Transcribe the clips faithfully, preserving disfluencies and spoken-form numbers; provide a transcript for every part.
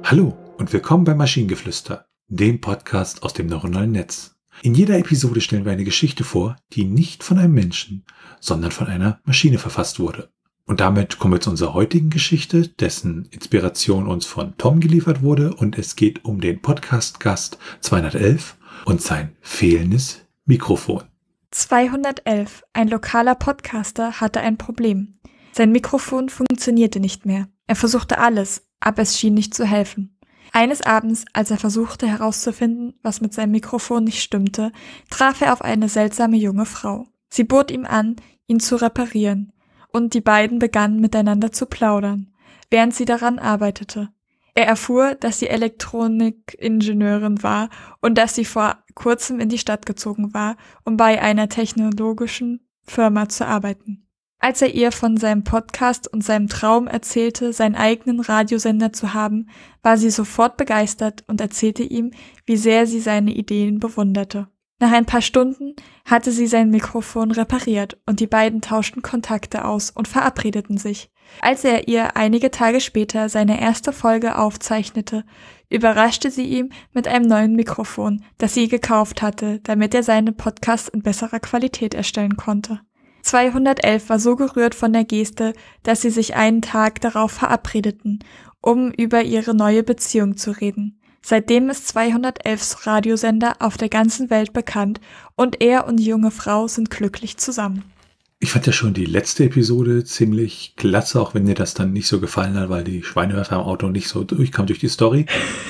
Hallo und willkommen bei Maschinengeflüster, dem Podcast aus dem neuronalen Netz. In jeder Episode stellen wir eine Geschichte vor, die nicht von einem Menschen, sondern von einer Maschine verfasst wurde. Und damit kommen wir zu unserer heutigen Geschichte, dessen Inspiration uns von Tom geliefert wurde, und es geht um den Podcast-Gast zweihundertelf und sein fehlendes Mikrofon. zweihundertelf. Ein lokaler Podcaster hatte ein Problem. Sein Mikrofon funktionierte nicht mehr. Er versuchte alles, aber es schien nicht zu helfen. Eines Abends, als er versuchte herauszufinden, was mit seinem Mikrofon nicht stimmte, traf er auf eine seltsame junge Frau. Sie bot ihm an, ihn zu reparieren, und die beiden begannen miteinander zu plaudern, während sie daran arbeitete. Er erfuhr, dass sie Elektronikingenieurin war und dass sie vor kurzem in die Stadt gezogen war, um bei einer technologischen Firma zu arbeiten. Als er ihr von seinem Podcast und seinem Traum erzählte, seinen eigenen Radiosender zu haben, war sie sofort begeistert und erzählte ihm, wie sehr sie seine Ideen bewunderte. Nach ein paar Stunden hatte sie sein Mikrofon repariert und die beiden tauschten Kontakte aus und verabredeten sich. Als er ihr einige Tage später seine erste Folge aufzeichnete, überraschte sie ihn mit einem neuen Mikrofon, das sie gekauft hatte, damit er seine Podcasts in besserer Qualität erstellen konnte. zweihundertelf war so gerührt von der Geste, dass sie sich einen Tag darauf verabredeten, um über ihre neue Beziehung zu reden. Seitdem ist zweihundertelfs Radiosender auf der ganzen Welt bekannt und er und die junge Frau sind glücklich zusammen. Ich fand ja schon die letzte Episode ziemlich klasse, auch wenn dir das dann nicht so gefallen hat, weil die Schweinewärter im Auto nicht so durchkam durch die Story.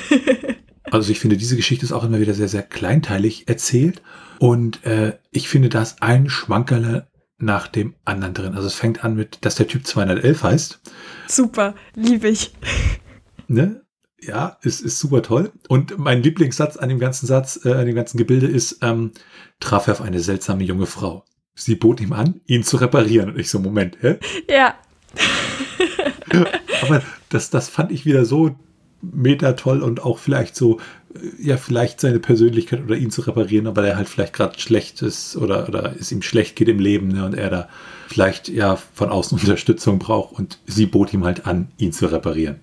Also ich finde, diese Geschichte ist auch immer wieder sehr, sehr kleinteilig erzählt und äh, ich finde, da ist ein Schmankerle nach dem anderen drin. Also es fängt an mit, dass der Typ zweihundertelf heißt. Super, liebe ich. Ne? Ja, ist, ist super toll. Und mein Lieblingssatz an dem ganzen Satz, äh, an dem ganzen Gebilde ist, ähm, traf er auf eine seltsame junge Frau. Sie bot ihm an, ihn zu reparieren. Und ich so, Moment, hä? Ja. Aber das, das fand ich wieder so mega toll und auch vielleicht so, ja, vielleicht seine Persönlichkeit oder ihn zu reparieren, aber er halt vielleicht gerade schlecht ist oder, oder es ihm schlecht geht im Leben, ne, und er da vielleicht ja von außen Unterstützung braucht und sie bot ihm halt an, ihn zu reparieren.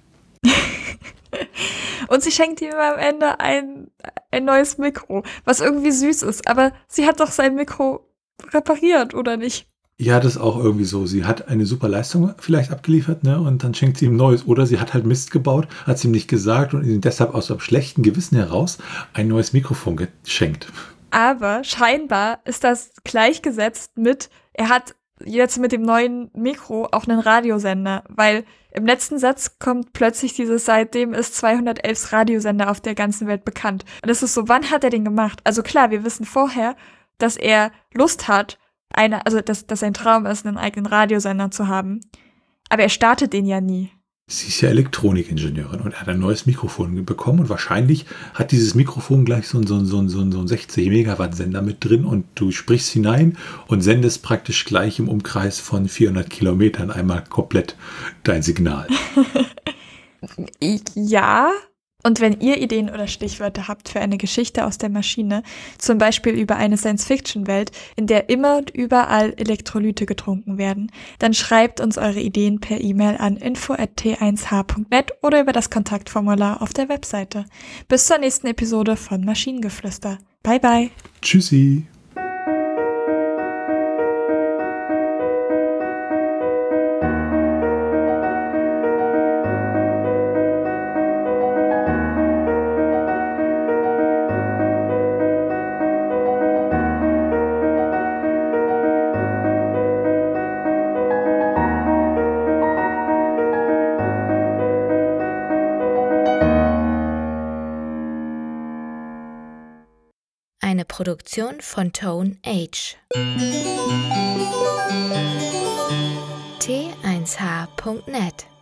Und sie schenkt ihm am Ende ein, ein neues Mikro, was irgendwie süß ist, aber sie hat doch sein Mikro repariert, oder nicht? Ja, das ist auch irgendwie so. Sie hat eine super Leistung vielleicht abgeliefert, ne? Und dann schenkt sie ihm Neues. Oder sie hat halt Mist gebaut, hat sie ihm nicht gesagt und ihm deshalb aus einem schlechten Gewissen heraus ein neues Mikrofon geschenkt. Aber scheinbar ist das gleichgesetzt mit, er hat jetzt mit dem neuen Mikro auch einen Radiosender, weil im letzten Satz kommt plötzlich dieses, seitdem ist zweihundertelfs Radiosender auf der ganzen Welt bekannt. Und es ist so, wann hat er den gemacht? Also klar, wir wissen vorher, dass er Lust hat, eine, also dass, dass sein Traum ist, einen eigenen Radiosender zu haben. Aber er startet den ja nie. Sie ist ja Elektronikingenieurin und hat ein neues Mikrofon bekommen und wahrscheinlich hat dieses Mikrofon gleich so einen so so so so sechzig Megawatt Sender mit drin und du sprichst hinein und sendest praktisch gleich im Umkreis von vierhundert Kilometern einmal komplett dein Signal. Ja. Und wenn ihr Ideen oder Stichwörter habt für eine Geschichte aus der Maschine, zum Beispiel über eine Science-Fiction-Welt, in der immer und überall Elektrolyte getrunken werden, dann schreibt uns eure Ideen per E-Mail an info at t eins h punkt net oder über das Kontaktformular auf der Webseite. Bis zur nächsten Episode von Maschinengeflüster. Bye bye. Tschüssi. Eine Produktion von Tone Age. t eins h punkt net